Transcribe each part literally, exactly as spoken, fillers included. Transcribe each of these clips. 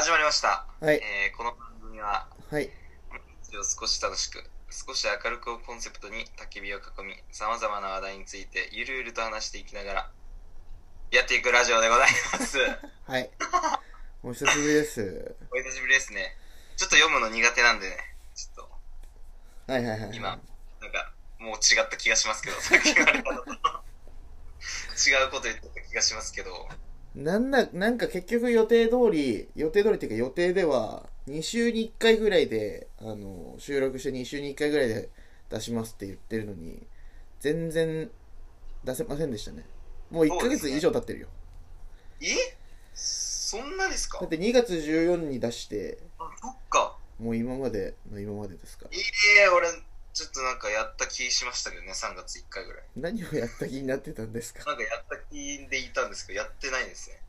始まりました。 はい。 えーこの番組は、 はい。 日を少し楽しく、少し明るくをコンセプトに焚き火を囲み、様々な話題についてゆるゆると話していきながらやっていくラジオでございます。 はい。お久しぶりです。 お久しぶりですね。ちょっと読むの苦手なんでね、ちょっとはいはいはいはい。 今、なんかもう違った気がしますけど、さっき言われたのと違うこと言ってた気がしますけど、 なんだ、なんか結局予定通り、予定通りっていうか予定では、に週にいっかいぐらいで、あの、収録してに週にいっかいぐらいで出しますって言ってるのに、全然出せませんでしたね。もう1ヶ月以そうですね。 上経ってるよ。 えそんなですか？ だってにがつじゅうよっかに出して、 あ、そっか。 もう今までの今までですから。 ええー、俺、ちょっとなんかやった気しましたけどね、さんがついっかいぐらい。 何をやった気になってたんですか？ なんかやった気でいたんですけど、やってないんですね。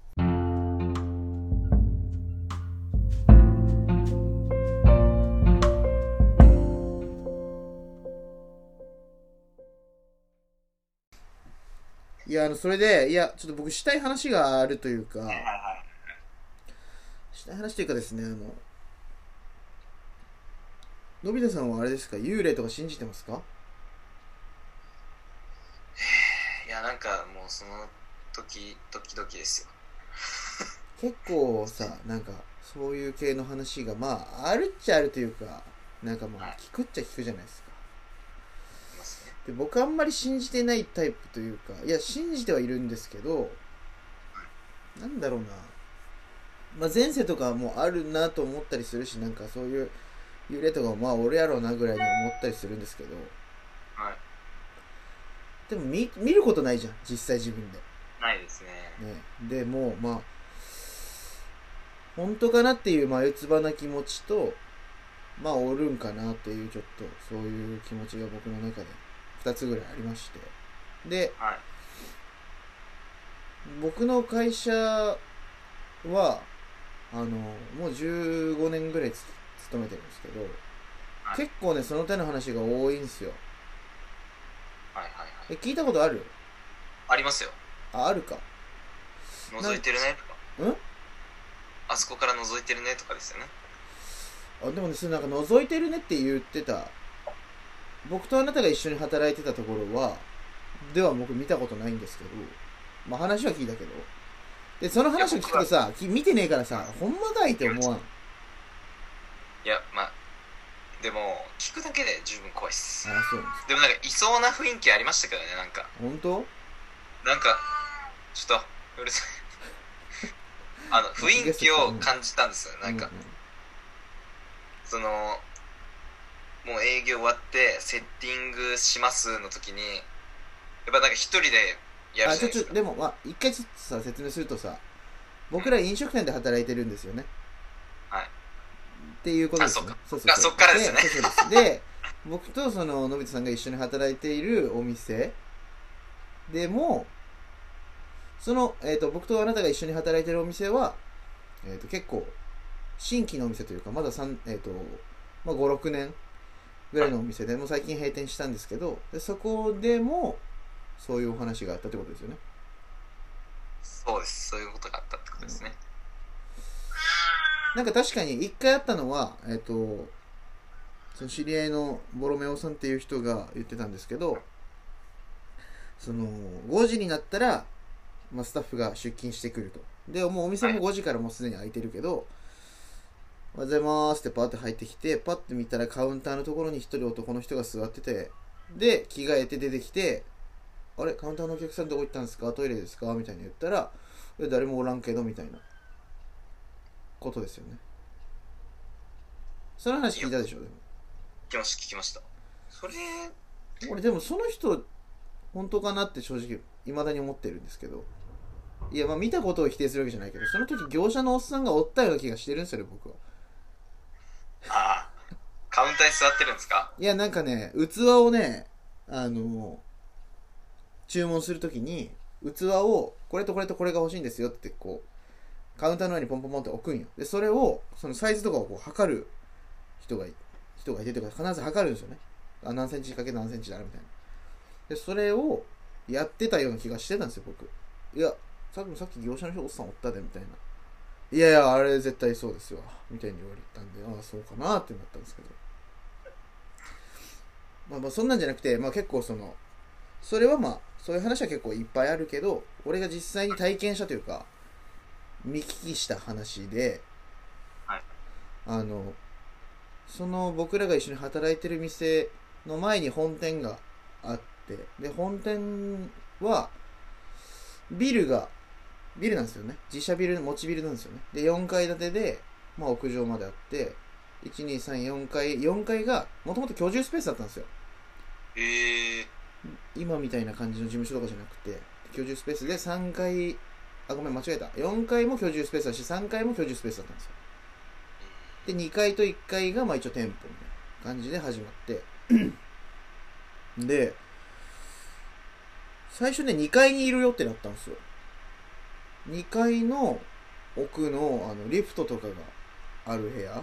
いや、あの、それで、いや、ちょっと僕したい話があるというか、 はいはいはい。 したい話というかですね、あの、のび太さんはあれですか、幽霊とか信じてますか？ いや、なんかもうその時、時々ですよ。 結構さ、なんか、そういう系の話が、まあ、あるっちゃあるというか、なんかまあ、 はい。 聞くっちゃ聞くじゃないですか。 いますね。 で、僕あんまり信じてないタイプというか、いや、信じてはいるんですけど、 はい。 なんだろうな。まあ、前世とかもあるなと思ったりするし、なんかそういう幽霊とかもまあ、俺やろうなぐらいに思ったりするんですけど、 はい。 でも見、見ることないじゃん、実際自分で。 ないですね。 ね。でも、まあ、本当かなっていう眉唾な気持ちと、まあおるんかなっていうちょっとそういう気持ちが僕の中でふたつぐらいありまして、ではい。 僕の会社はあのもうじゅうごねんぐらいつ勤めてるんですけど、 はい。 結構ねその手の話が多いんですよ。 はいはいはい。 え、聞いたことある？ ありますよ。 あ、あるか。なん覗いてるねとか。 んあそこから覗いてるねとかですよね。 あ、でもね、それなんか覗いてるねって言ってた、僕とあなたが一緒に働いてたところはでは僕見たことないんですけど、まあ話は聞いたけど、で、そのいや、 話を聞僕は、 くとさ、見てねえからさ、 うん。 ほんまかいって思わん？ いや、まあ、でも、聞くだけで十分怖いっす。 あ、そうなんですか。 でもなんか、いそうな雰囲気ありましたけどね、なんか。 本当？ なんか、ちょっと、うるさい。あの、雰囲気ゲスト来た。うん。 を感じたんですよ。なうんうん。 んか、その、もう営業終わってセッティングしますの時に、やっぱなんか一人でやるあ、ちょ、ちょ、 じゃないですか。 でも、まあ、一回ちょっとさ、説明するとさ、 うん。 僕ら飲食店で働いてるんですよね。 はい。 っていうことあ、 ですよね。 そっか。そっか、 そうそうそう。 そっからですよで、 ね。 そうそうです。で、僕とその、のび太さんが一緒に働いているお店でも、その、えっ、と、僕とあなたが一緒に働いているお店は、えっ、と、結構、新規のお店というか、まださん、えっ、と、まあ、ご、ろくねんぐらはい。 いのお店で、もう最近閉店したんですけど、でそこでも、そういうお話があったってことですよね。 そうです。そういうことがあったってことですね。 なんか確かに一回あったのは、えっ、と、その知り合いのボロメオさんっていう人が言ってたんですけど、その、ごじになったら、まあ、スタッフが出勤してくると。で、もうお店もはい。 ごじからもうすでに開いてるけど、おはようございますってパーって入ってきて、パッて見たらカウンターのところに一人男の人が座ってて、で、着替えて出てきて、あれカウンターのお客さんどこ行ったんですか、トイレですかみたいに言ったら、誰もおらんけど、みたいなことですよね。その話いや、 聞いたでしょ？でも聞きました、聞きました。それ、 俺でもその人本当かなって正直未だに思ってるんですけど、いやまあ見たことを否定するわけじゃないけど、その時業者のおっさんがおったような気がしてるんですよね、僕は。 ああ、カウンターに座ってるんですか？ いやなんかね、器をね、あの注文するときに器をこれとこれとこれが欲しいんですよってこうカウンターの上にポンポンポンって置くんよ。でそれをそのサイズとかをこう測る人が人がいてとか必ず測るんですよね。あ、何センチかけ何センチだみたいな。でそれをやってたような気がしてたんですよ、僕。いやさっきさっき業者の人おっさんおったでみたいないやいやあれ絶対そうですよみたいに言われたんで、ああそうかなってなったんですけど、まあまあそんなんじゃなくて、まあ結構そのそれはまあそういう話は結構いっぱいあるけど、俺が実際に体験したというか見聞きした話で、 はい、 あのその僕らが一緒に働いてる店の前に本店があって、で本店はビルがビルなんですよね。自社ビル、持ちビルなんですよね。でよんかい建てで、まあ、屋上まであって、いちにさんよんかい、よんかいがもともと居住スペースだったんですよ。 えー、 今みたいな感じの事務所とかじゃなくて居住スペースで、さんかい、あごめん間違えた、よんかいも居住スペースだしさんかいも居住スペースだったんですよ。でにかいといっかいがまあ一応店舗みたいな感じで始まってで最初ねにかいにいるよってなったんですよ。にかいの奥のあのリフトとかがある部屋があって、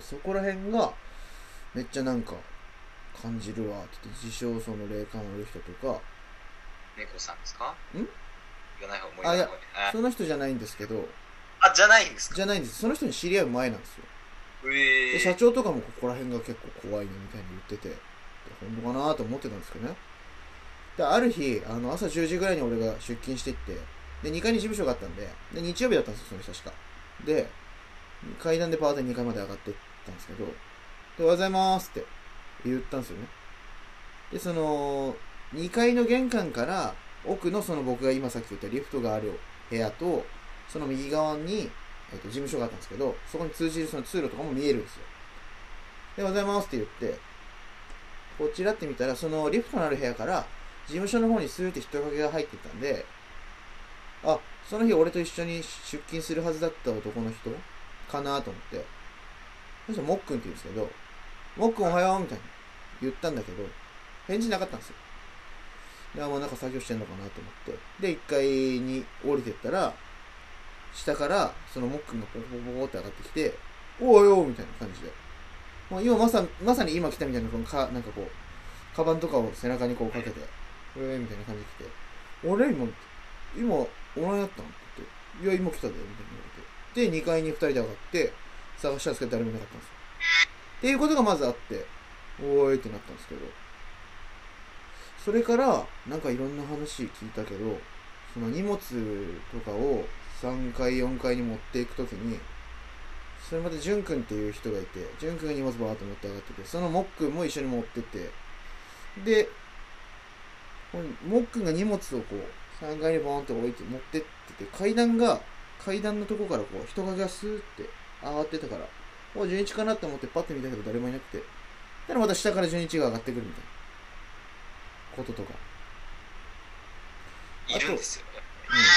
そこら辺がめっちゃなんか感じるわって言って、自称その霊感ある人とか。 猫さんですか？ん？言わない方もあいやその人じゃないんですけど。 あ、じゃないんですか？ じゃないんです。その人に知り合う前なんですよ。 えー、 で社長とかもここら辺が結構怖いねみたいに言ってて、本当かなと思ってたんですけどね。である日あの朝じゅうじぐらいに俺が出勤していって、でにかいに事務所があったんで、で日曜日だったんですよその人確かで、階段でパーッとにかいまで上がっていったんですけど、でおはようございますって言ったんですよね。でそのにかいの玄関から奥のその僕が今さっき言ったリフトがある部屋とその右側に、えー、と事務所があったんですけど、そこに通じるその通路とかも見えるんですよ。でおはようございますって言ってこちらって見たら、そのリフトのある部屋から事務所の方にスーって人影が入ってたんで、あ、その日俺と一緒に出勤するはずだった男の人かなと思って、そしたらもっくんって言うんですけど、もっくんおはようみたいに言ったんだけど返事なかったんですよ。でもうなんか作業してんのかなと思って、でいっかいに降りてったら下からそのもっくんがポコポコポコって上がってきて、おいおいみたいな感じで、もう今まさまさに今来たみたいな、このかなんかこうカバンとかを背中にこうかけて、えーみたいな感じで来て、俺今今お前だったのって言って、いや今来たでみたいに言われて、でにかいにふたりで上がって探したんですけど誰もいなかったんですよ。っていうことがまずあって、おーいってなったんですけど、それからなんかいろんな話聞いたけど、その荷物とかをさんかいよんかいに持っていくときに、それまでジュン君っていう人がいて、ジュン君が荷物バーっと持って上がってて、そのモックンも一緒に持ってって、でモックンが荷物をこうさんがいにボーンって置いて持ってってて、階段が階段のとこからこう人影がスーって上がってたから、おじゅんいちかなって思ってパッて見たけど誰もいなくて、だからまた下からじゅんいちが上がってくるみたいなこととかいるんですよね。 うん、あ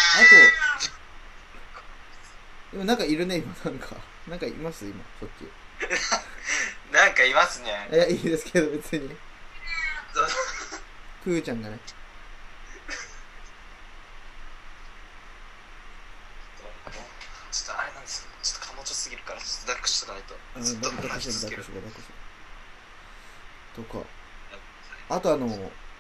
とでもなんかいるね今、なんかなんかいます今そっちなんかいますね。 いやいいですけど別にプーちゃんがね、 ちょっとあれなんですよ、ちょっとかもちょすぎるからちょっと抱っこしとかないとあのずっと抱っこし続けるて抱っこして抱っこしてとか、あとあの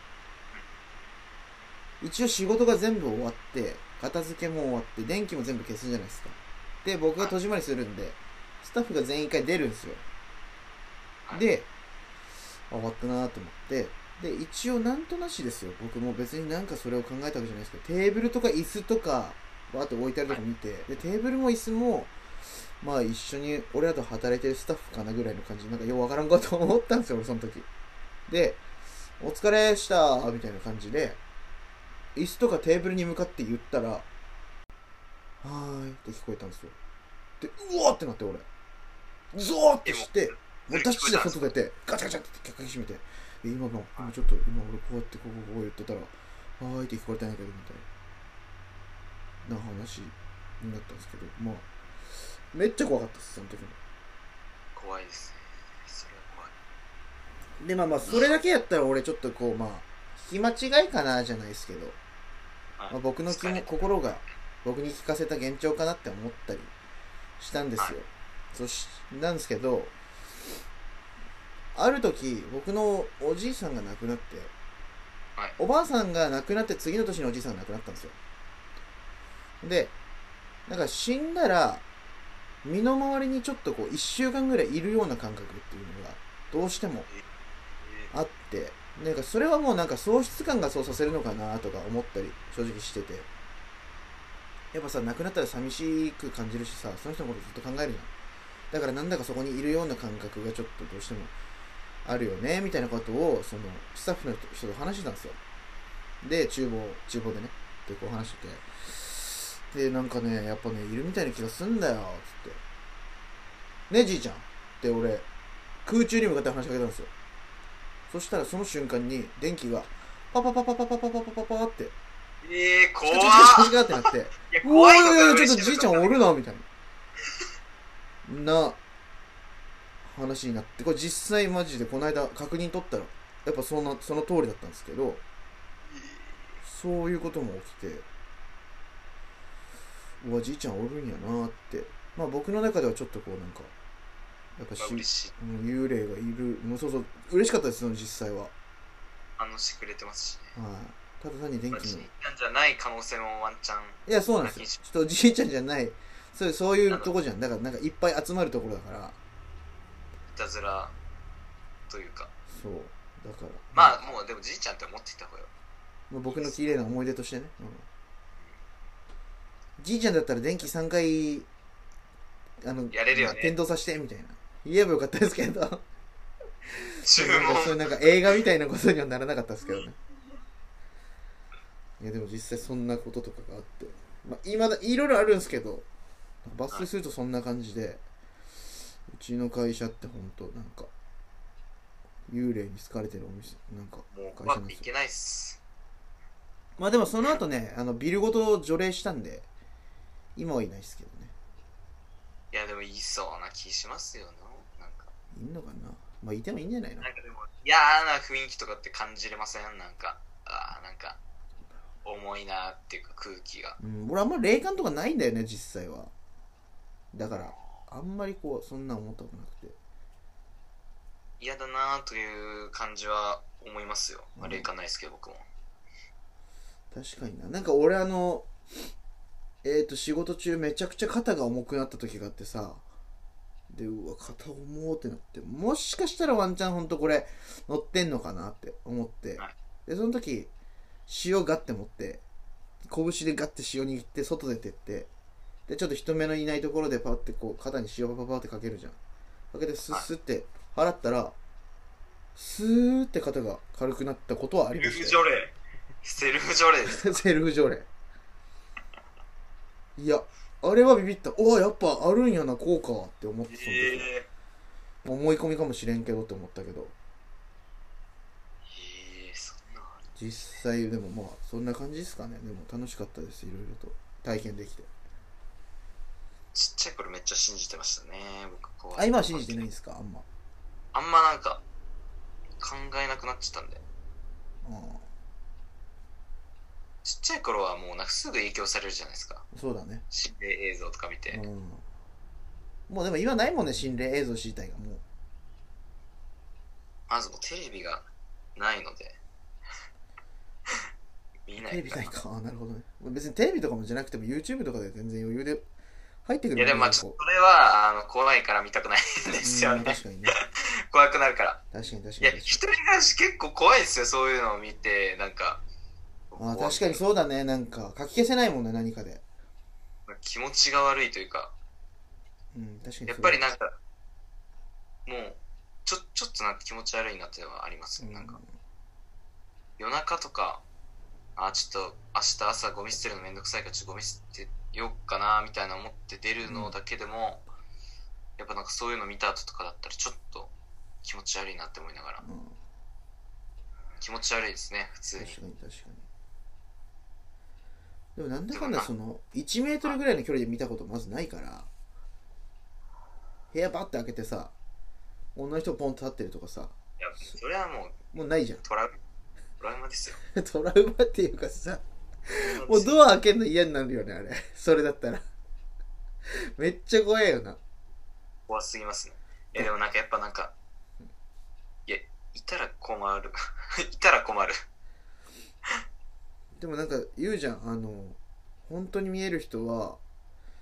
一応仕事が全部終わって片付けも終わって電気も全部消すじゃないですか。で僕が戸締まりするんでスタッフが全員一回出るんですよ。であ終わったなと思って、で一応なんとなしですよ、僕も別になんかそれを考えたわけじゃないですけど、テーブルとか椅子とかバーって置いてあるとこ見て、でテーブルも椅子もまあ一緒に俺らと働いてるスタッフかなぐらいの感じ、なんかようわからんこと思ったんですよ俺その時で、お疲れしたみたいな感じで椅子とかテーブルに向かって言ったら、はーいって聞こえたんですよ。でうわーってなって、俺ゾーってしてもうダッシュで外出てガチャガチャって鍵閉めて、今の今ちょっと今俺こうやってこうこう言ってたらはーいって聞こえたんやけどみたいな話になったんですけど、まあめっちゃ怖かったですその時も。 怖いですね、それは怖い。 でまあまあそれだけやったら俺ちょっとこうまあ聞き間違いかなじゃないですけど、まあ、僕の気も心が僕に聞かせた幻聴かなって思ったりしたんですよ、はい、そしなんですけど、ある時僕のおじいさんが亡くなって、 はい、 おばあさんが亡くなって次の年におじいさんが亡くなったんですよ。でなんか死んだら身の回りにちょっとこういっしゅうかんぐらいいるような感覚っていうのがどうしてもあって、なんかそれはもうなんか喪失感がそうさせるのかなとか思ったり正直してて、やっぱさ亡くなったら寂しく感じるしさ、その人のことずっと考えるじゃん。だからなんだかそこにいるような感覚がちょっとどうしてもあるよねみたいなことをそのスタッフの人と話してたんですよ。で厨房厨房でねでこう話してて、でなんかねやっぱねいるみたいな気がすんだよつってねじいちゃんって俺空中に向かって話しかけたんですよ。そしたらその瞬間に電気がパパパパパパパパパパパってえー、怖っ。 チカチカチカチカってなって、 いやお怖いのかいおいおいちょっと嬉しいのかじいちゃんおるなみたいなな話になって、これ実際マジでこの間確認取ったらやっぱそんなその通りだったんですけど、そういうことも起きて、うわじいちゃんおるんやなって、まあ僕の中ではちょっとこうなんかやっぱし、 まあ嬉しい。 うん、幽霊がいる、もうそうそう嬉しかったですよ実際は。 反応してくれてますしね。 はい、ただ単に電気の、 まあじいちゃんじゃない可能性もワンチャン。 いやそうなんですよ、ちょっとじいちゃんじゃない、そうそういうとこじゃん。だからなんかいっぱい集まるところだから、 いたずらというか。 そうだからまあもうでもじいちゃんって思っていた方がよ。 まあ、僕の綺麗な思い出としてね、うん、じいちゃんだったら電気さんかいあのやれるよねまあ点灯させてみたいな言えばよかったですけど注なんかそういう文。 なんか映画みたいなことにはならなかったですけどね。いやでも実際そんなこととかがあって、まあ今だいろいろあるんですけど、抜粋するとそんな感じで、うちの会社って本当なんか幽霊に好かれてるお店なんかもう会怖く社なんですよ。 いけないっす。 まあでもその後ねあのビルごと除霊したんで今はいないですけどね。 いやでもいそうな気しますよね。なんかいんのかな。まあいてもいいんじゃないの。 なんかでも嫌な雰囲気とかって感じれません？なんかあーなんか重いなっていうか空気が。 うん、俺あんま霊感とかないんだよね実際は。だからあんまりこうそんな思ったことなくて嫌だなという感じは思いますよ。まあ、 うん霊感ないですけど僕も。 確かにな。なんか俺あのえっ、ー、と仕事中めちゃくちゃ肩が重くなった時があってさ、でうわ肩重ってなって、もしかしたらワンチャンほんとこれ乗ってんのかなって思って、 はい、 でその時塩ガッて持って拳でガッて塩握って外出てって、でちょっと人目のいないところでパッてこう肩に塩パパパってかけるじゃん。かけてスッスッって払ったらスーって肩が軽くなったことはありましたよ。 セルフ除霊です。 セルフ除霊。いやあれはビビった。おおやっぱあるんやな効果はって思って、その時、 えー、思い込みかもしれんけどって思ったけど、 えー、そんな実際でもまあそんな感じですかね。でも楽しかったです、いろいろと体験できて。 ちっちゃい頃めっちゃ信じてましたね僕。怖い。 あ今は信じてないんですか。あんまあんまなんか考えなくなっちゃったんで。 あちっちゃい頃はもうなんかすぐ影響されるじゃないですか。 そうだね。 心霊映像とか見て、 うん、もうでも今ないもんね心霊映像自体がもう。 まずもうテレビがないので見ないから。 テレビないか。あなるほどね。別にテレビとかもじゃなくても YouTube とかで全然余裕で入ってくる。 いやでもまあちょっとそれはあの怖いから見たくないんですよね。 確かにね。 怖くなるから。 確かに確いかに。 や一人暮らし結構怖いですよ。そういうのを見てなんか。 あ確かにそうだね。なんか書き消せないもんね何かで。 気持ちが悪いというか、 うん、確かにやっぱりなんかもうちょちょっとなんか気持ち悪いなっていうのはありますね。うん、なんか夜中とかあちょっと明日朝ゴミ捨てるのめんどくさいからちょっとゴミ捨てよっかなみたいな思って出るのだけでも、うん、やっぱなんかそういうの見た後とかだったらちょっと気持ち悪いなって思いながら、うん、気持ち悪いですね普通に。 確かに確かに。でもなんだかんだそのいちメートルぐらいの距離で見たことまずないから、部屋バッて開けてさ女の人ポンと立ってるとかさ、 いやそれはもうもうないじゃん。 トラウトラウマですよトラウマっていうかさもうドア開けるの嫌になるよねあれそれだったらめっちゃ怖いよな。 怖すぎますね。えでもなんかやっぱなんかいやいたら困るいたら困るでもなんか言うじゃん、あの本当に見える人は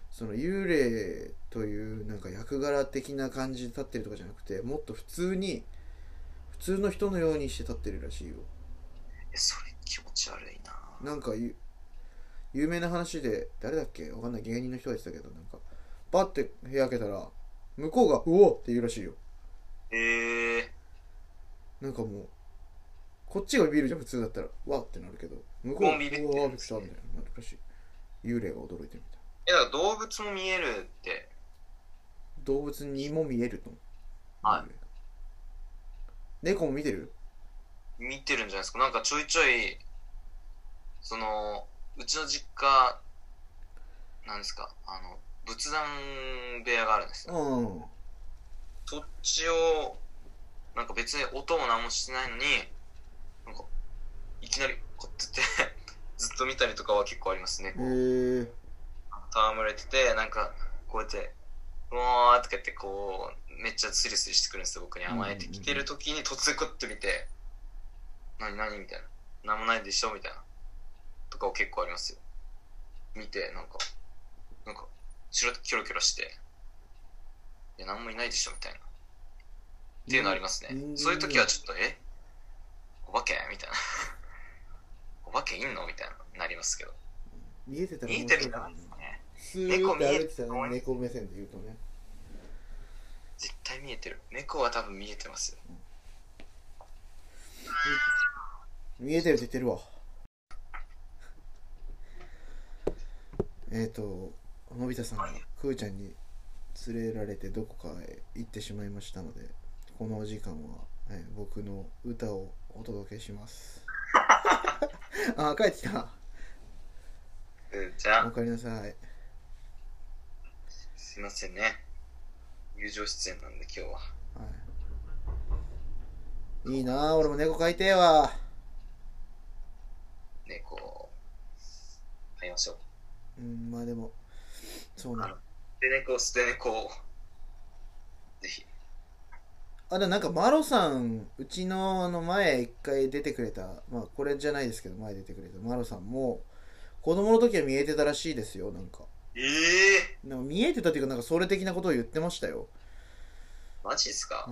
その幽霊というなんか役柄的な感じで立ってるとかじゃなくて、もっと普通に普通の人のようにして立ってるらしいよ。 えそれ気持ち悪いな。 なんかゆ有名な話で、誰だっけわかんない、芸人の人が言ってたけど、なんかパッて部屋開けたら向こうがうおって言うらしいよ。 へえなんかもうこっちがビビるじゃん普通だったらわってなるけど、向こうがもうビビってるうわーびっくりしたみたいななるらしい。幽霊が驚いてるみたいな。 えだから動物も見えるって。 動物にも見えると。 はい猫も見てる？ 見てるんじゃないですか。なんかちょいちょいそのうちの実家なんですか、あの仏壇部屋があるんですよ。 うん。 そっちをなんか別に音も何もしてないのになんかいきなりこうやっててずっと見たりとかは結構ありますね。こうへえ。 戯れててなんかこうやってうわーとか言ってこうめっちゃスリスリしてくるんですよ。僕に甘えてきてる時に突然こうやって見て何何みたいな、何もないでしょみたいなとかを結構ありますよ。見てなんかなんかちろっとキョロキョロしていや何もいないでしょみたいなっていうのありますね。そういう時はちょっとえお化けみたいなお化けいんのみたいななりますけど、 見えてたら見えてるんじゃないですかね。 スーッて歩いてたら猫目線で言うとね、 絶対見えてる。猫は多分見えてますよ。 見えてるって言ってるわ。えっ、ー、とのび太さんがくーちゃんに連れられてどこかへ行ってしまいましたので、このお時間は、えー、僕の歌をお届けしますあ、帰ってきた。 うんじゃあおかえりなさい。 すいませんね、友情出演なんで今日は。はい、いいなぁ、俺も猫飼いてえわ。 猫を飼いましょう。 うん、まあでもそうなの。 捨て猫捨て猫をぜひ。 あ、でもなんかマロさん、うちのあの前一回出てくれた、まあこれじゃないですけど前出てくれたマロさんも子供の時は見えてたらしいですよ。なんかええー、なんか見えてたっていうか、なんかそれ的なことを言ってましたよ。 マジですか。 うん。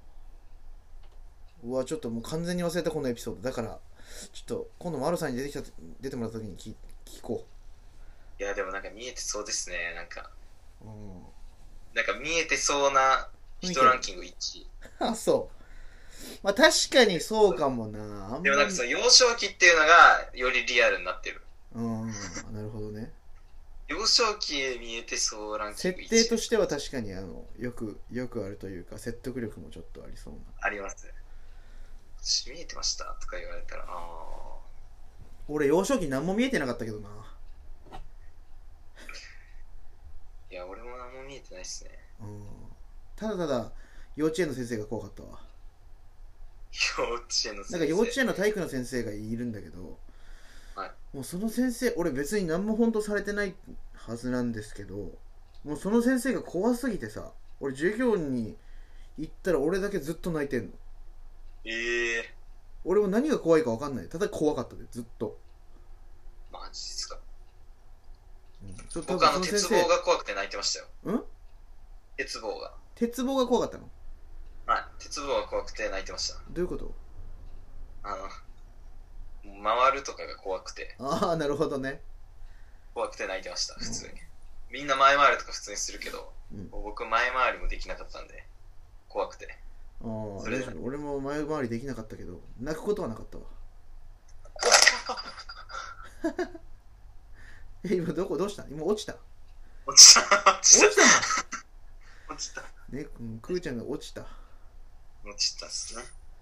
うわ、ちょっともう完全に忘れたこのエピソードだから、ちょっと今度マロさんに出てきた出てもらった時に聞聞こいやでもなんか見えてそうですね。なんかう。うん。 なんか見えてそうな人ランキングいちい。 あ、そう。まあ確かにそうかもな。あんまりでもなんかその幼少期っていうのがよりリアルになってる。 うん、なるほどね。 幼少期へ見えてそうランキングいちい。 設定としては確かにあのよくよくあるというか、説得力もちょっとありそうな。 あります。私見えてましたとか言われたら、ああ。 俺幼少期何も見えてなかったけどな。 いや俺も何も見えてないっすね。 うん。ただただ幼稚園の先生が怖かったわ。 幼稚園の先生。 なんか幼稚園の体育の先生がいるんだけど、 はい、 もうその先生、俺別に何も本当されてないはずなんですけど、もうその先生が怖すぎてさ、俺授業に行ったら俺だけずっと泣いてんの。 ええー、 俺も何が怖いか分かんない。ただ怖かったで、ずっと。 マジですか。 うん、ちょっと僕あの鉄棒が怖くて泣いてましたよ。 うん鉄棒が。 鉄棒が怖かったの？ はい、鉄棒が怖くて泣いてました。 どういうこと？ あの回るとかが怖くて。 ああ、なるほどね。 怖くて泣いてました、普通に。うん、みんな前回りとか普通にするけど、うん、僕前回りもできなかったんで怖くて。 ああ、それ俺も前回りできなかったけど泣くことはなかったわえ、今どこどうした？今落ちた？ 落ちた落ちた落ちたの？ 落ちたね、うん、くーちゃんが落ちた。 落ちたっすね。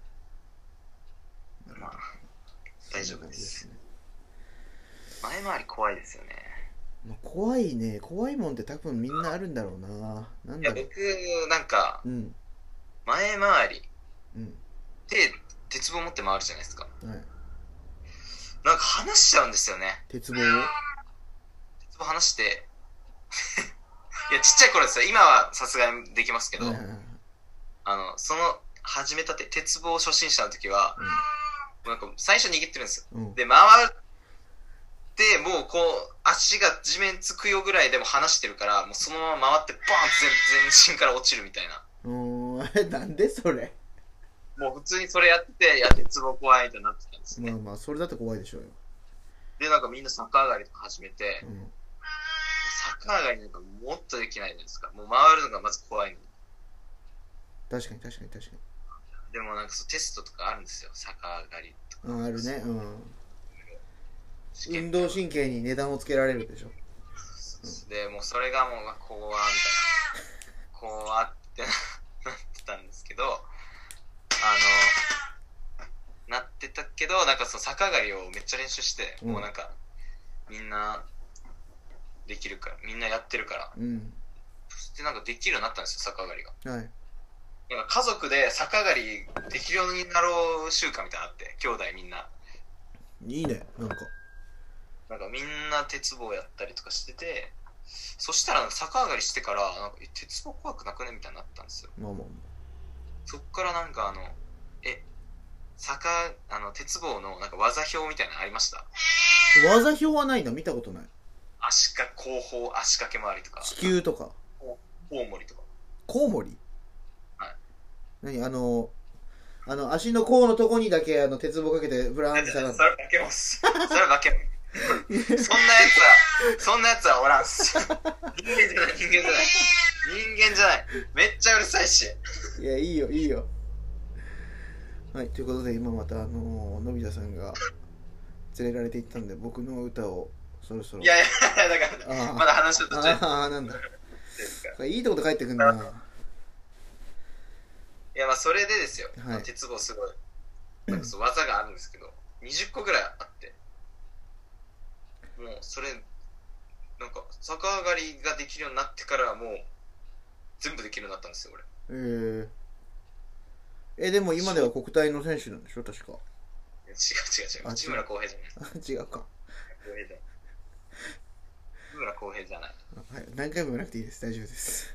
まあ大丈夫です。前回り怖いですよね。 まあ、怖いね。怖いもんって多分みんなあるんだろうな。なんだろう。 いや僕なんか、うん、前回り、うん、手鉄棒持って回るじゃないですか。はい、なんか離しちゃうんですよね。 鉄棒を鉄棒離していやちっちゃい頃ですよ。今はさすがにできますけど、うん、あのその始めたて鉄棒初心者の時は、うん、なんか最初握ってるんですよ。うん、で回ってもうこう足足が地面つくよぐらいでも離してるから、もうそのまま回ってバーン全全身から落ちるみたいな。 うーん、え、なんでそれ。 もう普通にそれやってて、いや、鉄棒怖いってなってたんですね。 まあまあ、それだって怖いでしょうよ。 で、なんかみんな逆上がりとか始めて、 うん。 逆上がりなんかもっとできないじゃないですか。もう回るのがまず怖いのに。 確かに確かに確かに。 でもなんかそうテストとかあるんですよ。逆上がりとか。 うん、あるね。うん。 試験運動神経に値段をつけられるでしょ。 で、もうそれがもう、怖みたいな。怖ってなってたんですけど、あの、なってたけど、なんかその逆上がりをめっちゃ練習して、 うんもうなんか、みんな、できるから、みんなやってるから、 うん。 そしてなんかできるようになったんですよ、逆上がりが。 はい。 なんか家族で逆上がりできるようになろう習慣みたいなのあって、兄弟みんな。 いいね、なんか。 なんかみんな鉄棒やったりとかしてて、そしたらなんか逆上がりしてから、なんかえ鉄棒怖くなくねみたいになったんですよ。 まあまあまそっからなんかあの、え、逆、あの、鉄棒のなんか技表みたいなのありました？ あ。技表はないな、見たことない。 足か、後方、足掛け回りとか。 地球とか。 コウモリとか。 コウモリ。 はい。 何あの、あの、足の甲のとこにだけ、あの、鉄棒かけて、ブラーンって下がる。 それ化けます。それ化けます。そんなやつは、そんなやつはおらんす。人間じゃない、人間じゃない。人間じゃない。めっちゃうるさいし。 いや、いいよ、いいよ。はい、ということで、今また、あの、のび太さんが連れられていったんで、僕の歌をそろそろ。 いやいや、だから、まだ話の途中。 ああ、なんだ。いいとこと帰ってくんな。 いや、まあ、それでですよ。 はい、 鉄棒すごい。なんかそう技があるんですけど、にじゅっこぐらいあって。もうそれなんか逆上がりができるようになってからもう全部できるようになったんですよ俺。 えー、えでも今では国体の選手なんでしょ確か。 違う違う違う、内村航平じゃない。 違うか。 内村航平じゃない。 はい、何回も言わなくていいです、大丈夫です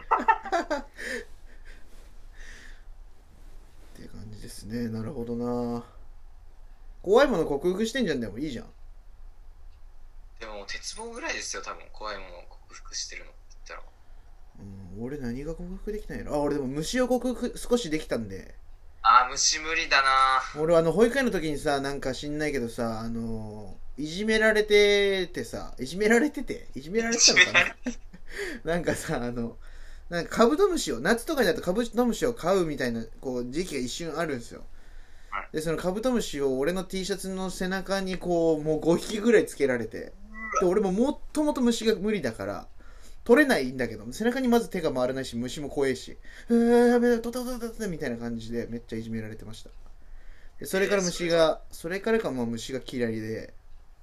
って感じですね。なるほどな。怖いもの克服してんじゃん。でもいいじゃん。 でも鉄棒ぐらいですよ多分怖いものを克服してるのって言ったら。 うん、俺何が克服できないの。あ、俺でも虫を克服少しできたんで。 あー虫無理だな。 俺あの保育園の時にさ、なんか知んないけどさ、あのいじめられててさ、いじめられてていじめられてたのかななんかさ、あのなんかカブトムシを、夏とかになるとカブトムシを飼うみたいなこう時期が一瞬あるんですよ。でそのカブトムシを俺の T シャツの背中にこうもうごひきぐらいつけられて、で俺ももっともと虫が無理だから取れないんだけど、背中にまず手が回らないし、虫も怖いし、えーやべえトトトトトみたいな感じでめっちゃいじめられてました。でそれから虫がそれからかもう虫が嫌いで、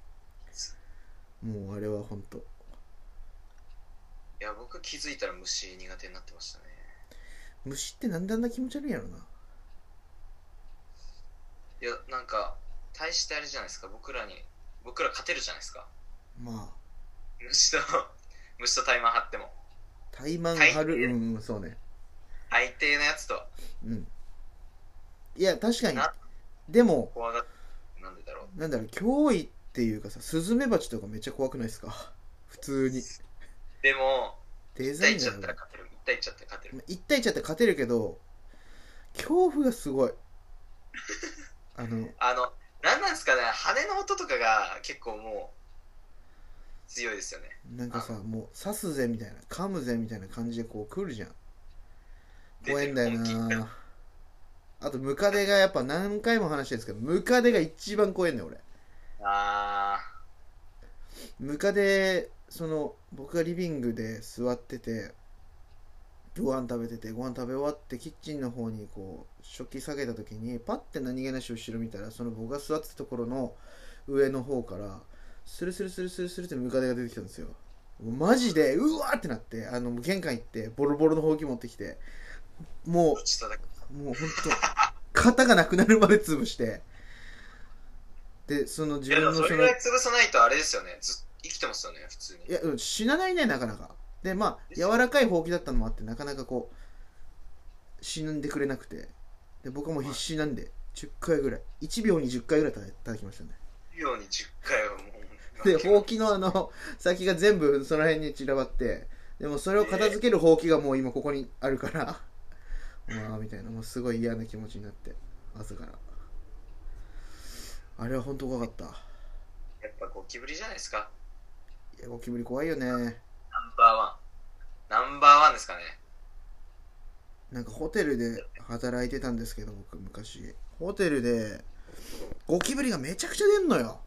もうあれは本当。いや僕気づいたら虫苦手になってましたね。 虫ってなんであんな気持ち悪いんやろな。 いやなんか大してあれじゃないですか、僕らに僕ら勝てるじゃないですか。 まあ虫と虫とタイマン張ってもタイマン張る、うんうん、そうね、 大抵のやつと。 うん、いや確かに。でも怖がっなんでだろう、 なんだろう、脅威っていうかさ、スズメバチとかめっちゃ怖くないですか普通に。 でもデザインいち対いちだったら勝てる。いち対いちだったら勝てる。 いち対いちだったら勝てるけど、恐怖がすごいあのあのなんなんですかね、羽の音とかが結構もう強いですよね。 なんかさ、もう刺すぜみたいな、噛むぜみたいな感じでこう来るじゃん。怖いんだよな。あとムカデがやっぱ何回も話してるんですけど、ムカデが一番怖いんだよ俺。 あムカデ、その僕がリビングで座っててご飯食べてて、ご飯食べ終わってキッチンの方にこう食器下げた時にパッて何気なし後ろ見たら、その僕が座ってたところの上の方からスルスルスルスルスルってムカデが出てきたんですよ。もうマジでうわーってなって、あの玄関行ってボロボロのほうき持ってきて、もうもうほんと肩がなくなるまで潰して、でその自分のその、 それぐらい潰さないとあれですよね、ず生きてますよね普通に。 いや死なないね、なかなか。でまあ柔らかいほうきだったのもあって、なかなかこう死んでくれなくて、で僕はもう必死なんでじゅっかいぐらい、いちびょうにじゅっかいぐらい叩きましたね。 いちびょうにじゅっかいはもうでほうきのあの先が全部その辺に散らばって、でもそれを片付けるほうきがもう今ここにあるからまあみたいな、もうすごい嫌な気持ちになって朝から。あれは本当怖かった。 やっぱゴキブリじゃないですか。 いやゴキブリ怖いよね。 ナンバーワンナンバーワンですかね。 なんかホテルで働いてたんですけど、僕昔ホテルでゴキブリがめちゃくちゃ出んのよ。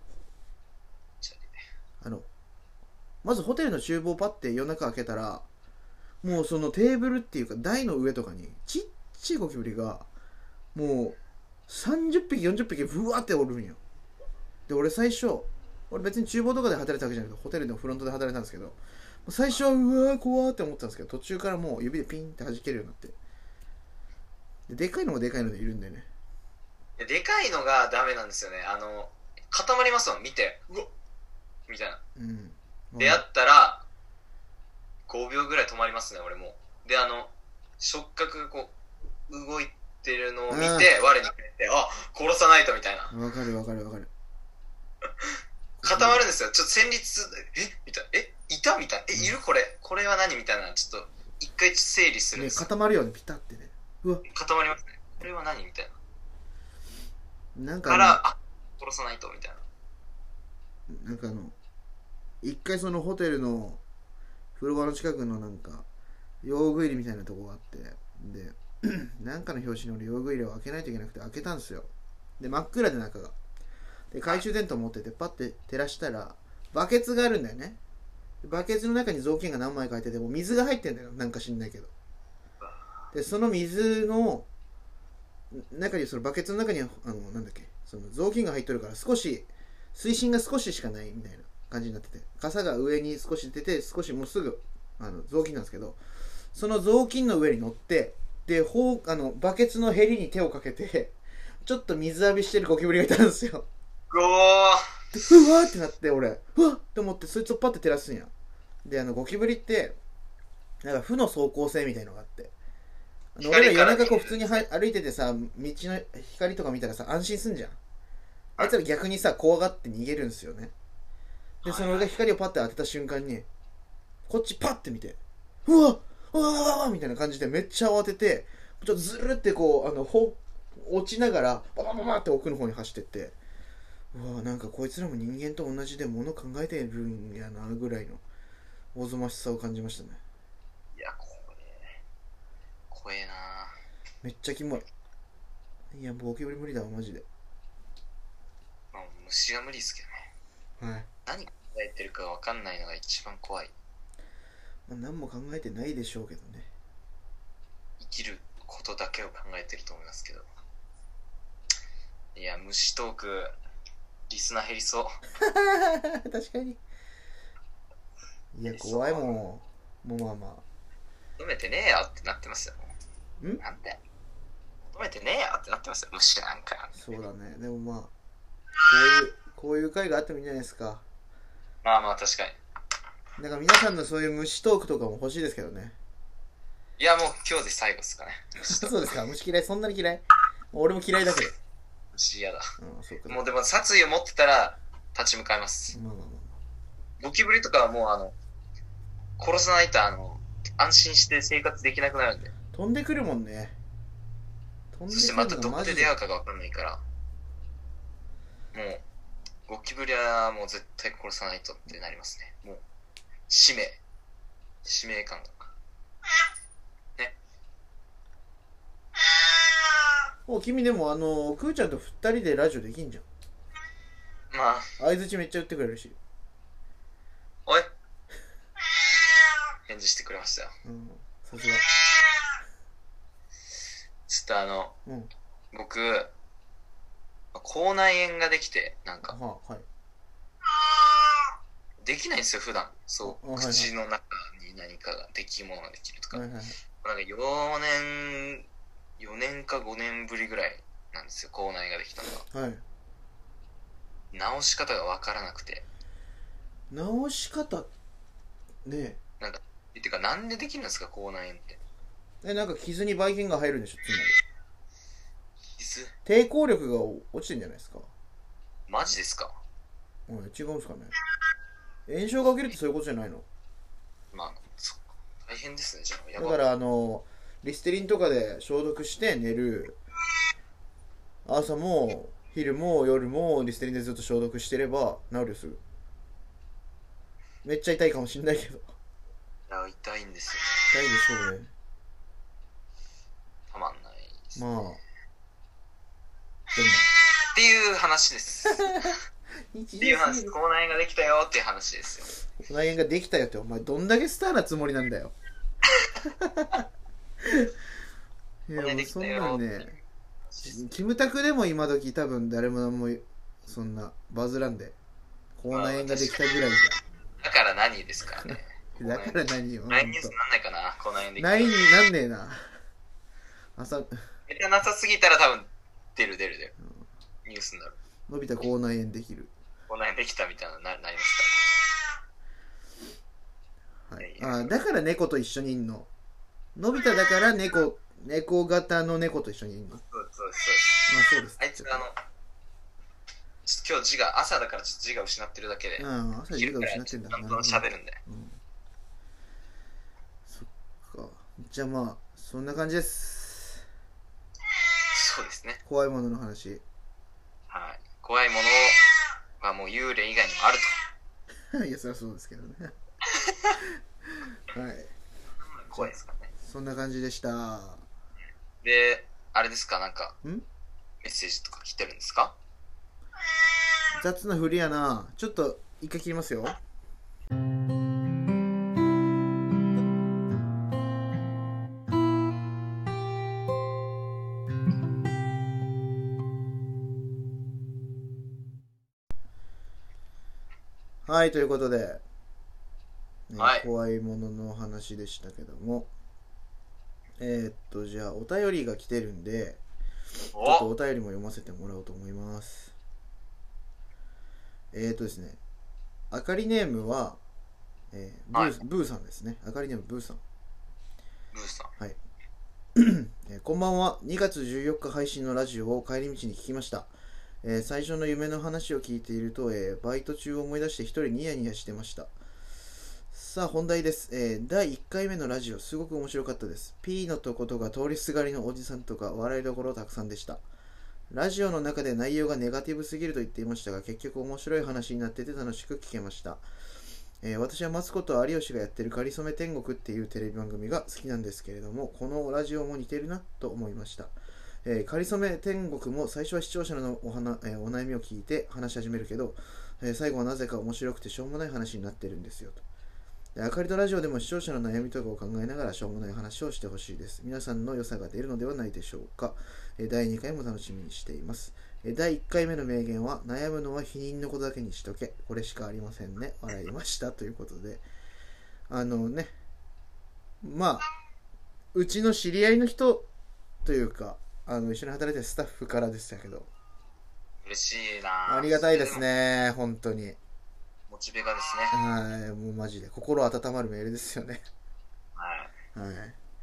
あのまずホテルの厨房パッて夜中開けたら、もうそのテーブルっていうか台の上とかにちっちゃいゴキブリがもうさんじゅっぴきよんじゅっぴきブワーっておるんよ。で俺最初、俺別に厨房とかで働いたわけじゃなくてホテルのフロントで働いたんですけど、最初はうわー怖ーって思ったんですけど、途中からもう指でピンって弾けるようになって、ででかいのもでかいのでいるんでね。 でかいのがダメなんですよね。あの固まりますもん、見てうわっみたいな、 うん、 でやったらごびょうぐらい止まりますね俺も。であの触覚がこう動いてるのを見て我に返って、あ殺さないとみたいな。 わかるわかるわかる固まるんですよ。ちょっと戦慄、えみたいな、えいたみたいな、えいるこれこれは何みたいな、ちょっと一回整理するんですよ、 ね、固まるよねピタってね。うわ固まりますね。これは何みたいな、 なんか、 ね、からあ殺さないとみたいな。なんかあの一回そのホテルの風呂場の近くのなんか用具入りみたいなとこがあって、でなんかの拍子に俺用具入れを開けないといけなくて開けたんですよ。で真っ暗で中がで懐中電灯持っててパッて照らしたらバケツがあるんだよね。バケツの中に雑巾が何枚か入ってても水が入ってんだよ、なんか知んないけど。でその水の中にそのバケツの中にあのなんだっけその雑巾が入っとるから少し水深が少ししかないみたいな感じになってて、傘が上に少し出て少しもうすぐあの雑巾なんですけど、その雑巾の上に乗ってでほうあのバケツのヘリに手をかけてちょっと水浴びしてるゴキブリがいたんですよ。 うおーうわーってなって俺うわっって思ってそいつをパッて照らすんや。であのゴキブリってなんか負の走行性みたいのがあって、あの俺ら夜中こう普通には歩いててさ道の光とか見たらさ安心すんじゃん。あいつら逆にさ怖がって逃げるんですよね。でその俺が光をパッて当てた瞬間にこっちパッて見てうわっうわーわーみたいな感じでめっちゃ慌ててちょっとずるってこうあのほ落ちながらババババって奥の方に走ってって、うわなんかこいつらも人間と同じで物考えてるんやなぐらいのおぞましさを感じましたね。 いや怖え怖えな。 めっちゃキモい。いやゴキブリ無理だわマジで。 まあ虫は無理ですけどね。 はい。 何考えてるか分かんないのが一番怖い。 まあ、何も考えてないでしょうけどね。 生きることだけを考えてると思いますけど。いや虫トークリスナー減りそう確かに。いや怖いもん。もうまあまあ求めてねえよってなってますよ。 んなんで求めてねえよってなってますよ虫なんか。 そうだね。でもまあこういうこういう会があってもいいんじゃないですか。 まあまあ確かに。 だから皆さんのそういう虫トークとかも欲しいですけどね。 いやもう今日で最後ですかね。 そうですか。虫嫌いそんなに嫌い？俺も嫌いだけど。 虫嫌だ。 うん、そうか。 もうでも殺意を持ってたら立ち向かいます。 まあまあまあ。 ゴキブリとかはもうあの殺さないとあの安心して生活できなくなるんで。 飛んでくるもんね。 飛んでくるそしてまたどこで出会うかが分かんないから、もうゴキブリはもう絶対殺さないとってなりますね。もう使命使命感がね。 お君でもあのクーちゃんとふたりでラジオできんじゃん。 まあ相づちめっちゃ打ってくれるし。 おい返事してくれましたよ。 うんさすが。 ちょっとあの、 うん、 僕口内炎ができてなんか、 ははい、 できないんですよ普段。そう、 はいはい、 口の中に何かができものができるとか、 はいはいはい、 なんかよねんよねんかごねんぶりぐらいなんですよ口内ができたのが。はい。治し方が分からなくて。 治し方ねえなんかっていうかなんでできるんですか口内炎って。 えなんか傷にばい菌が入るんでしょつまり。 傷抵抗力が落ちてんじゃないですか。 マジですか。 うん違うんですかね。 炎症が起きるってそういうことじゃないの？ まあ、そっか大変ですね、じゃあ。やばだからあのリステリンとかで消毒して寝る。朝も昼も夜もリステリンでずっと消毒してれば治るよすぐ。めっちゃ痛いかもしんないけど。 いや、痛いんです痛いでしょうね。 よね。たまんないですね。 まあでもっていう話です。 日っていう話、 常すぎる。 口内炎ができたよっていう話ですよ。 口内炎ができたよって、お前どんだけスターなつもりなんだよ。いやもうそんなんね、キムタクでも今時多分誰も何もそんなバズらんで、口内炎ができたぐらいじだから何ですからね。 ゃん。だから何よ。 ラインニュースなんないかな、口内炎できた。 ないになんねえな。朝、 ネタなさすぎたら多分出る出る出る。ニュースになる。 伸びた口内炎できる。 口内炎できたみたいなななりますかはい。 いやいやあ、だから猫と一緒にいんの。のび太だから猫、猫型の猫と一緒にいんの。 ら。そうですそうですそうです。 まあそうです。 あいつあの、ちょっと今日字が、朝だからちょっと字が失ってるだけで、 うん、朝字が失ってんだ。 ちゃんと喋るんで。 うん。そっか。じゃあまあ、そんな感じです。 そうですね。 怖いものの話。 はい。怖いものはもう幽霊以外にもあると。 いや、そりゃそうですけどね。はい。 怖いですからね。 そんな感じでした。 で、あれですか、なんか、 んメッセージとか来てるんですか？ 雑な振りやな。ちょっと、一回切りますよ。はい、ということで、ねはい怖いものの話でしたけども、えーっと、じゃあ、お便りが来てるんで、ちょっとおお便りも読ませてもらおうと思います。えーっとですね、あかりネームは、えーブーはいブーさんですね。あかりネームブーさん。 ブーさん。 はい。えーこんばんは。にがつじゅうよっか配信のラジオを帰り道に聞きました。えー最初の夢の話を聞いていると、えーバイト中を思い出して一人ニヤニヤしてました。さあ本題です、えーだいいっかいめのラジオすごく面白かったです。 P のとことか通りすがりのおじさんとか笑いどころたくさんでした。ラジオの中で内容がネガティブすぎると言っていましたが、結局面白い話になってて楽しく聞けました。えー私はマツコと有吉がやってるかりそめ天国っていうテレビ番組が好きなんですけれども、このラジオも似てるなと思いました。えーかりそめ天国も最初は視聴者のお話、えーお悩みを聞いて話し始めるけど、えー最後はなぜか面白くてしょうもない話になってるんですよと。であかりとラジオでも視聴者の悩みとかを考えながらしょうもない話をしてほしいです。皆さんの良さが出るのではないでしょうか。えーだいにかいも楽しみにしています。えーだいいっかいめの名言は、悩むのは否認のことだけにしとけ。これしかありませんね。笑いました。ということで、あのね、まあ、うちの知り合いの人というか、あの一緒に働いてるスタッフからでしたけど、 嬉しいな。 ありがたいですね、本当に。 モチベがですね。 はい、もうマジで心温まるメールですよね。 はい。 はい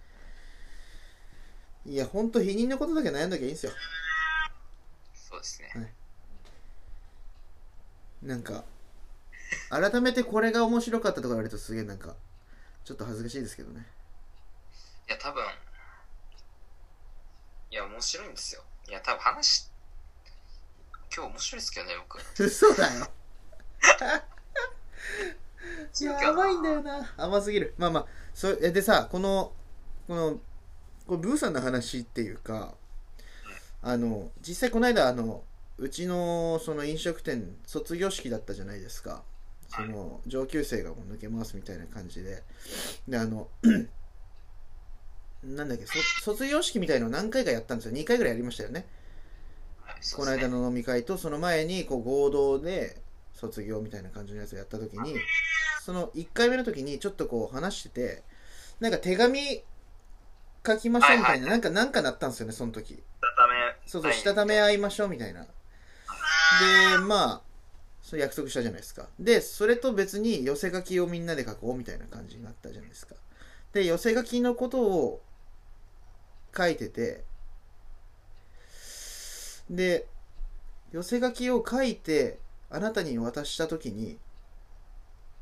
。いや、ほんと否認のことだけ悩んだきゃいいんですよ。 そうですね。 はい。なんか、改めてこれが面白かったとか言われるとすげえなんか、ちょっと恥ずかしいですけどね。 いや、多分、いや、面白いんですよ。いや、多分話、今日面白いですけどね、僕。 嘘だよ。いや、 違うけどな甘いんだよな。甘すぎる。まあまあ、そえでさ、この、この、これブーさんの話っていうか、あの、実際この間、あの、うちのその飲食店卒業式だったじゃないですか。その上級生がもう抜けますみたいな感じで、であのなんだっけ、そ卒業式みたいのを何回かやったんですよ。にかいぐらいやりましたよね。 はい、そこうですね。 の間の飲み会とその前にこう合同で卒業みたいな感じのやつをやった時に、そのいっかいめの時にちょっとこう話してて、なんか手紙書きましょうみたいな、 はいはいなんかなんかなったんですよね、その時。 したため、 そうそう、 はいしたため合いましょうみたいな。で、まあ、それ約束したじゃないですか。で、それと別に寄せ書きをみんなで書こうみたいな感じになったじゃないですか。で、寄せ書きのことを書いてて、で、寄せ書きを書いて、あなたに渡したときに、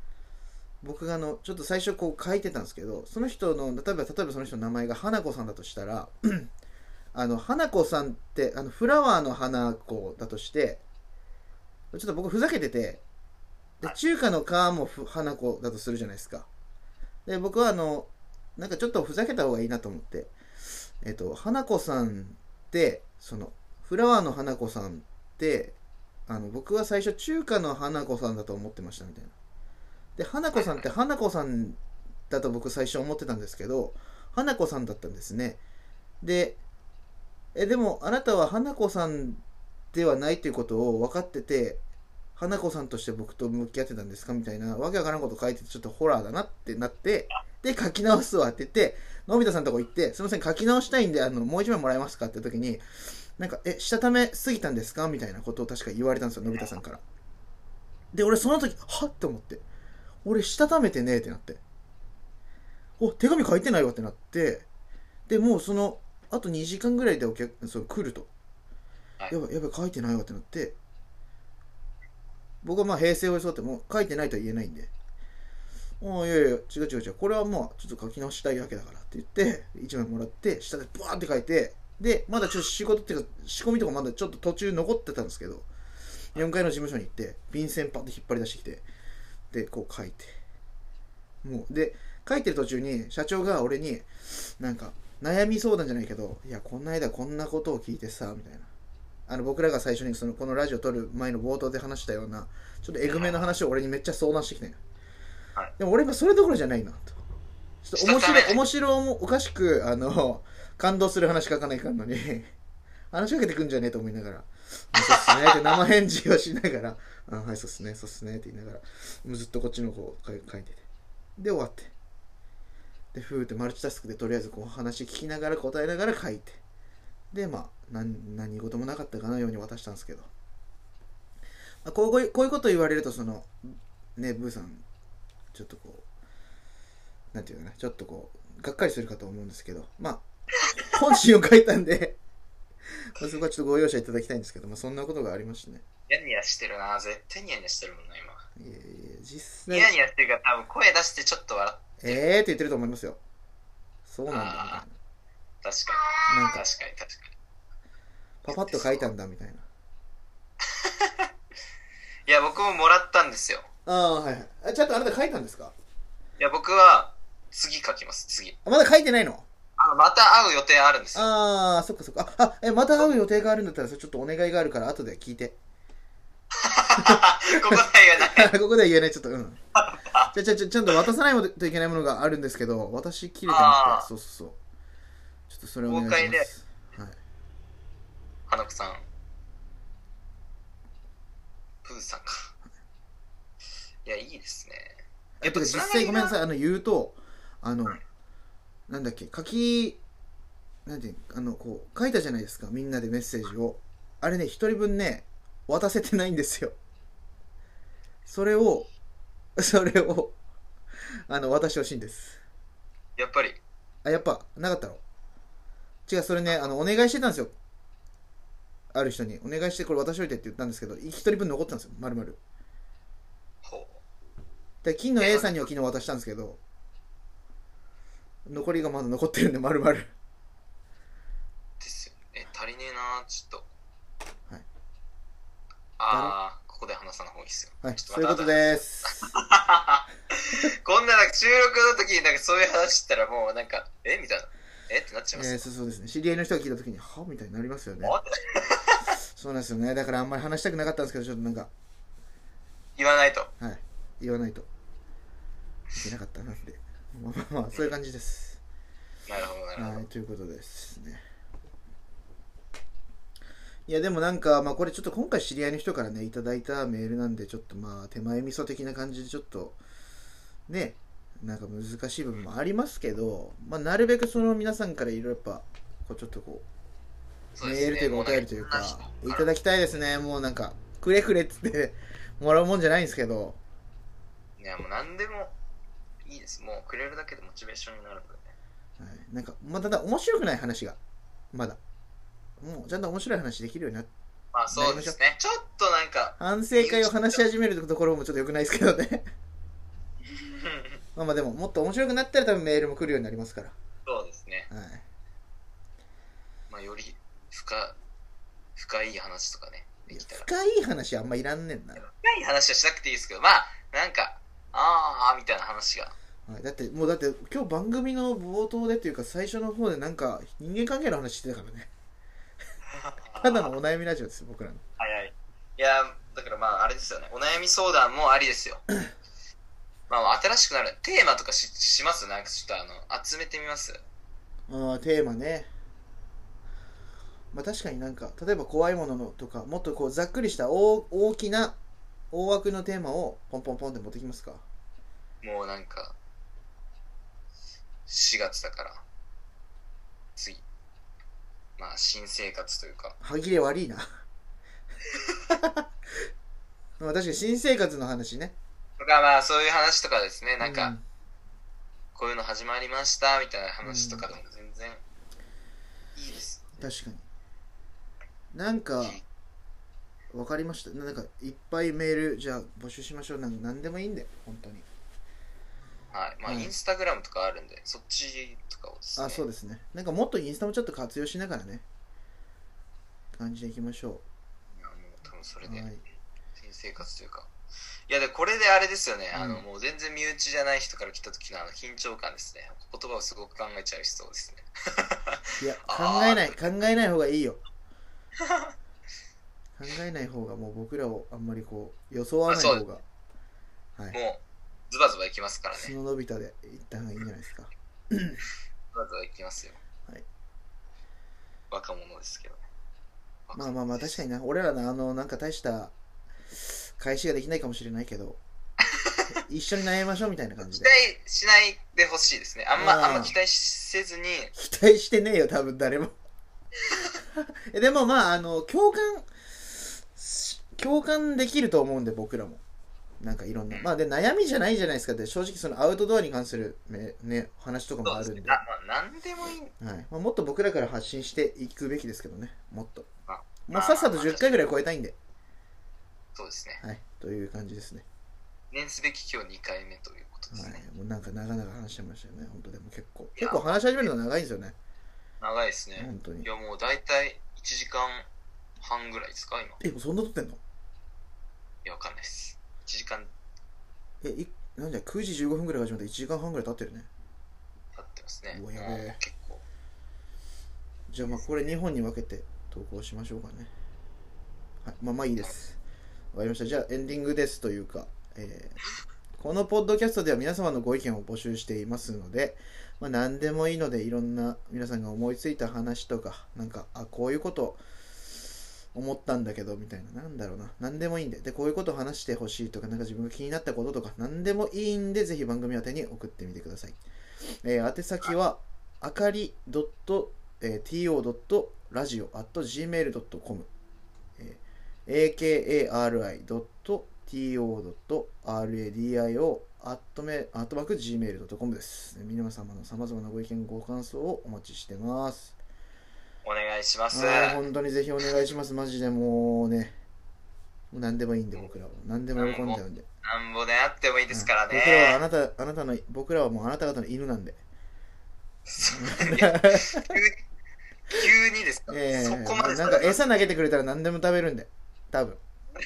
僕があのちょっと最初こう書いてたんですけど、その人の例えば例えばその人の名前が花子さんだとしたらあの花子さんってあのフラワーの花子だとして、ちょっと僕ふざけてて、で中華の川も花子だとするじゃないですか。で僕はあのなんかちょっとふざけた方がいいなと思って、えっと花子さんってそのフラワーの花子さんってあの僕は最初中華の花子さんだと思ってましたみたいな。で花子さんって花子さんだと僕最初思ってたんですけど、花子さんだったんですね。でえでもあなたは花子さんではないということを分かってて、花子さんとして僕と向き合ってたんですかみたいなわけわからんこと書いてて、ちょっとホラーだなってなって、で書き直すわって言って、のび太さんのとこ行って、すいません書き直したいんであのもう一枚もらえますかって時に、なんかえしたためすぎたんですかみたいなことを確か言われたんですよ、のび太さんから。で俺その時はっって思って、俺したためてねえってなって、お手紙書いてないわってなって、でもうそのあとにじかんぐらいでお客そう来ると、やばいやばい書いてないわってなって、僕はまあ平成を装っても書いてないとは言えないんで、ああいやいや違う違う違う、これはまあちょっと書き直したいわけだからって言っていちまいもらって、下でブワーって書いて、でまだちょっと仕事っていうか仕込みとかまだちょっと途中残ってたんですけど、よんかいの事務所に行って便箋パッて引っ張り出してきて、でこう書いて、もうで書いてる途中に社長が俺になんか悩み相談じゃないけど、いやこの間こんなことを聞いてさみたいな、あの僕らが最初にそのこのラジオ撮る前の冒頭で話したようなちょっとえぐめの話を俺にめっちゃ相談してきて、はい、でも俺今それどころじゃないなと、ちょっと面白い面白おかしくあの感動する話書かないかんのに話しかけてくんじゃねえと思いながら、そうっすねって生返事をしながら、あはいそうっすねそうっすねって言いながらずっとこっちの方書いてて、で終わって、でふーってマルチタスクでとりあえずこう話聞きながら答えながら書いて、でまあ 何, 何事もなかったかのように渡したんですけど、まあ、こうこういうこと言われるとそのねブーさんちょっとこうなんていうかな、ちょっとこうがっかりするかと思うんですけど、まあ本心を書いたんでまあそこはちょっとご容赦いただきたいんですけど、まあそんなことがありましてね。 ニヤニヤしてるな、絶対ニヤニヤしてるもんな今。 いやいや実際ニヤニヤしてるから多分声出してちょっと笑ってえーって言ってると思いますよ。そうなんだみたいな。 確かになんか確かに確かにパパッと書いたんだみたいな。 いや僕ももらったんですよ。 ああはいはい。ちゃんとあなた書いたんですか？ いや僕は次書きます。次まだ書いてないの？あのまた会う予定あるんですよ。 ああそっかそっか。ああえまた会う予定があるんだったらちょっとお願いがあるから後で聞いて。 ここでは言えないここでは言えない。ちょっとうんじゃじゃじゃちゃんと渡さないといけないものがあるんですけど、私切れてなくて、そうそうそう、ちょっとそれをお願いします。 公開で、 はい、 花子さんプーさんか、いやいいですね。 えっと実際ごめんなさい、あの言うとあの、うん、なんだっけ書きなんてあのこう書いたじゃないですか、みんなでメッセージを。あれね一人分ね渡せてないんですよ。それをそれをあの渡してほしいんです。 やっぱりあやっぱなかったの？違う、それねあのお願いしてたんですよ。ある人にお願いしてこれ渡しといてって言ったんですけど、一人分残ってたんですよ丸々。 ほうで金の A さんには昨日渡したんですけど、残りがまだ残ってるんで丸々 ですよね。足りねえなちょっと。 はい、 ああここで話さない方がいいですよ。 はい、そういうことですこんななんか収録の時になんかそういう話したらもうなんかえみたいなえってなっちゃいます、 えー、そうそうですね。知り合いの人が聞いた時にはみたいになりますよねそうなんですよね。だからあんまり話したくなかったんですけど、ちょっとなんか言わないとはい言わないといけなかったなんでまあまあまあそういう感じです。 なるほどなるほど、 はい、ということですね。いやでもなんかまあこれちょっと今回知り合いの人からねいただいたメールなんで、ちょっとまあ手前味噌的な感じでちょっとねなんか難しい部分もありますけど、まあなるべくその皆さんからいろいろやっぱこうちょっとこうメールというかお便りというかいただきたいですね。もうなんかくれくれっつってもらうもんじゃないんですけど、 いやもう何でもいいです。もうくれるだけでモチベーションになるので、 はい、なんかまあただ面白くない話がまだもうちゃんと面白い話できるようになって、 まあそうですね。ちょっとなんか反省会を話し始めるところもちょっと良くないですけどねいまあまあでももっと面白くなったら多分メールも来るようになりますから。 そうですね。 はい。 まあより深深い話とかねできたら。 深い話あんまいらんねんな。 深い話はしなくていいですけど、まあなんかああみたいな話が。 はい、だってもうだって今日番組の冒頭でっていうか最初の方でなんか人間関係の話してたからね。ただのお悩みラジオですよ僕らの。 はいはい。いやだからまああれですよね。お悩み相談もありですよ。まあ新しくなるテーマとか し, しますなんかちょっとあの集めてみます。 ああテーマね。まあ確かになんか例えば怖いもののとかもっとこうざっくりした大大きな大枠のテーマをポンポンポンって持ってきますか。 もうなんかしがつだから次まあ新生活というか歯切れ悪いな。まあ確かに新生活の話ね。 とかまあそういう話とかですねなんか、 うん、 こういうの始まりましたみたいな話とかでも全然いいです、 うん、確かになんかわかりました。なんかいっぱいメールじゃあ募集しましょう。なんなんでもいいんで本当に。 はいまあ、 はい、 インスタグラムとかあるんでそっちとかをですね。 あそうですね。なんかもっとインスタもちょっと活用しながらね感じでいきましょいやもう多分それう。 ではい新生活というかいやでこれであれですよね、 うん、 あのもう全然身内じゃない人から来た時のあの緊張感ですね。言葉をすごく考えちゃう人ですね。 いや考えない考えない方がいいよ。考えない方がもう僕らをあんまりこう予想わない方が、 はい、もうズバズバいきますからね。 素ののび太でいった方がいいんじゃないですか。 ズバズバいきますよ。 はい。 若者ですけどね。 まあまあまあ確かにな俺らのあのなんか大した返しができないかもしれないけど一緒に悩みましょうみたいな感じで。 期待しないでほしいですね。あんまあんま期待せずに。 期待してねえよ多分誰も。でもまああの共感共感できると思うんで僕らもなんかいろんなまあで悩みじゃないじゃないですか。で正直そのアウトドアに関するね、ね話とかもあるんで、 そうですね、あまあ、何でもいい、 はいまあ、もっと僕らから発信していくべきですけどね。もっとあもうさっさとじゅっかいぐらい超えたいんで。 そうですね。 はいという感じですね。 記念すべき今日にかいめということですね。 はい、もうなんか長々話してましたよね本当。でも結構結構話し始めるの長いんですよね。 長いですね本当に。 いやもう大体いちじかんはんぐらいですか今。 えそんな撮ってんの。 いやわかんないですいちじかんえいなんじゃくじじゅうごふんぐらい始まったらいちじかんはんぐらい経ってるね。 経ってますね。 うわやべえ。 結構じゃあまあこれにほんに分けて投稿しましょうかね。はいまあまあいいです。わかりました。じゃあエンディングですというか、えー、このポッドキャストでは皆様のご意見を募集していますので、まあ、何でもいいのでいろんな皆さんが思いついた話とかなんかあこういうこと思ったんだけどみたいななんだろうな何でもいいんででこういうことを話してほしいとかなんか自分が気になったこととか何でもいいんでぜひ番組宛てに送ってみてください。えー、宛先はあかり .to.radio アット ジーメール ドットコム エーケーエーアールアイ ドット ティーオー ドット アールエーディーアイオー アットメアットマーク ジーメール ドットコム です。皆様の様々なご意見ご感想をお待ちしてます。 お願いします。 本当にぜひお願いします。マジでもうねもう何でもいいんで僕らは何でも喜んじゃうんでなんぼであってもいいですからね。 僕らはあなたあなたの僕らはもうあなた方の犬なんで急にですか、えー、そこまでなんか餌投げてくれたら何でも食べるんで多分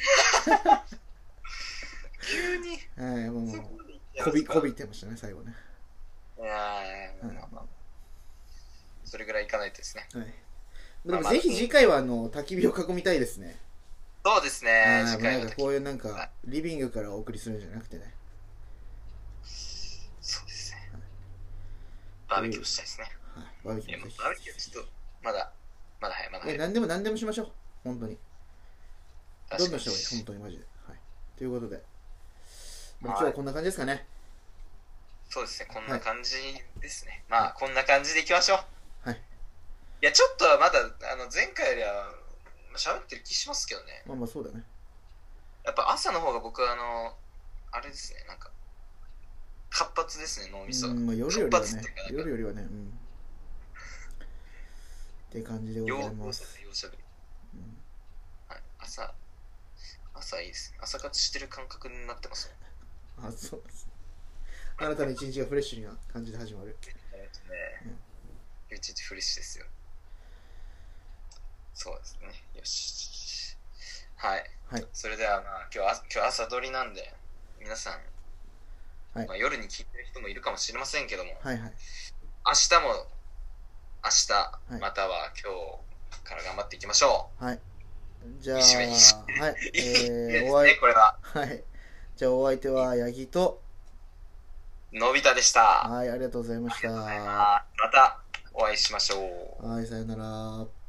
急にはいもうこびこびってましたね最後ね。 いやー、はい、まあ、それぐらいいかないとですね。 はいでもぜひ次回はあの焚き火を囲みたいですね。 そうですね。 次回はこういうなんかリビングからお送りするんじゃなくてね。 そうですね。バーベキューしたいですね。 はい、バーベキュー。 バーベキューちょっとまだまだ早いまだ早い。 え何でも何でもしましょう本当に。どんどんした方がいい本当にマジで。はい。ということで、まあ、今日はこんな感じですかね。 そうですねこんな感じですね。はい、まあこんな感じでいきましょう。 はい。 いやちょっとまだあの前回よりは喋ってる気しますけどね。 まあまあそうだね。 やっぱ朝の方が僕はあのあれですねなんか活発ですね脳みそが。 うん、まあ、夜よりはね夜よりはねうんって感じでございます。 ようしゃべり、うんはい、朝朝いいですね朝活してる感覚になってますもん。あそうです。 あなたの一日がフレッシュな感じで始まる。 えっとね、うん、一日フレッシュですよ。そうですね。よし。はい。 はい。 それではまあ今日は今日朝撮りなんで皆さん、 はい、 まあ、夜に聞いてる人もいるかもしれませんけども、 はいはい、 明日も明日、はい、または今日から頑張っていきましょう。 はい。じゃあ、 いいはい、 えー、 お相手、これは。 はい。じゃあお相手はヤギとのび太でした。 はい、ありがとうございました。 またお会いしましょう。 はい、さよなら。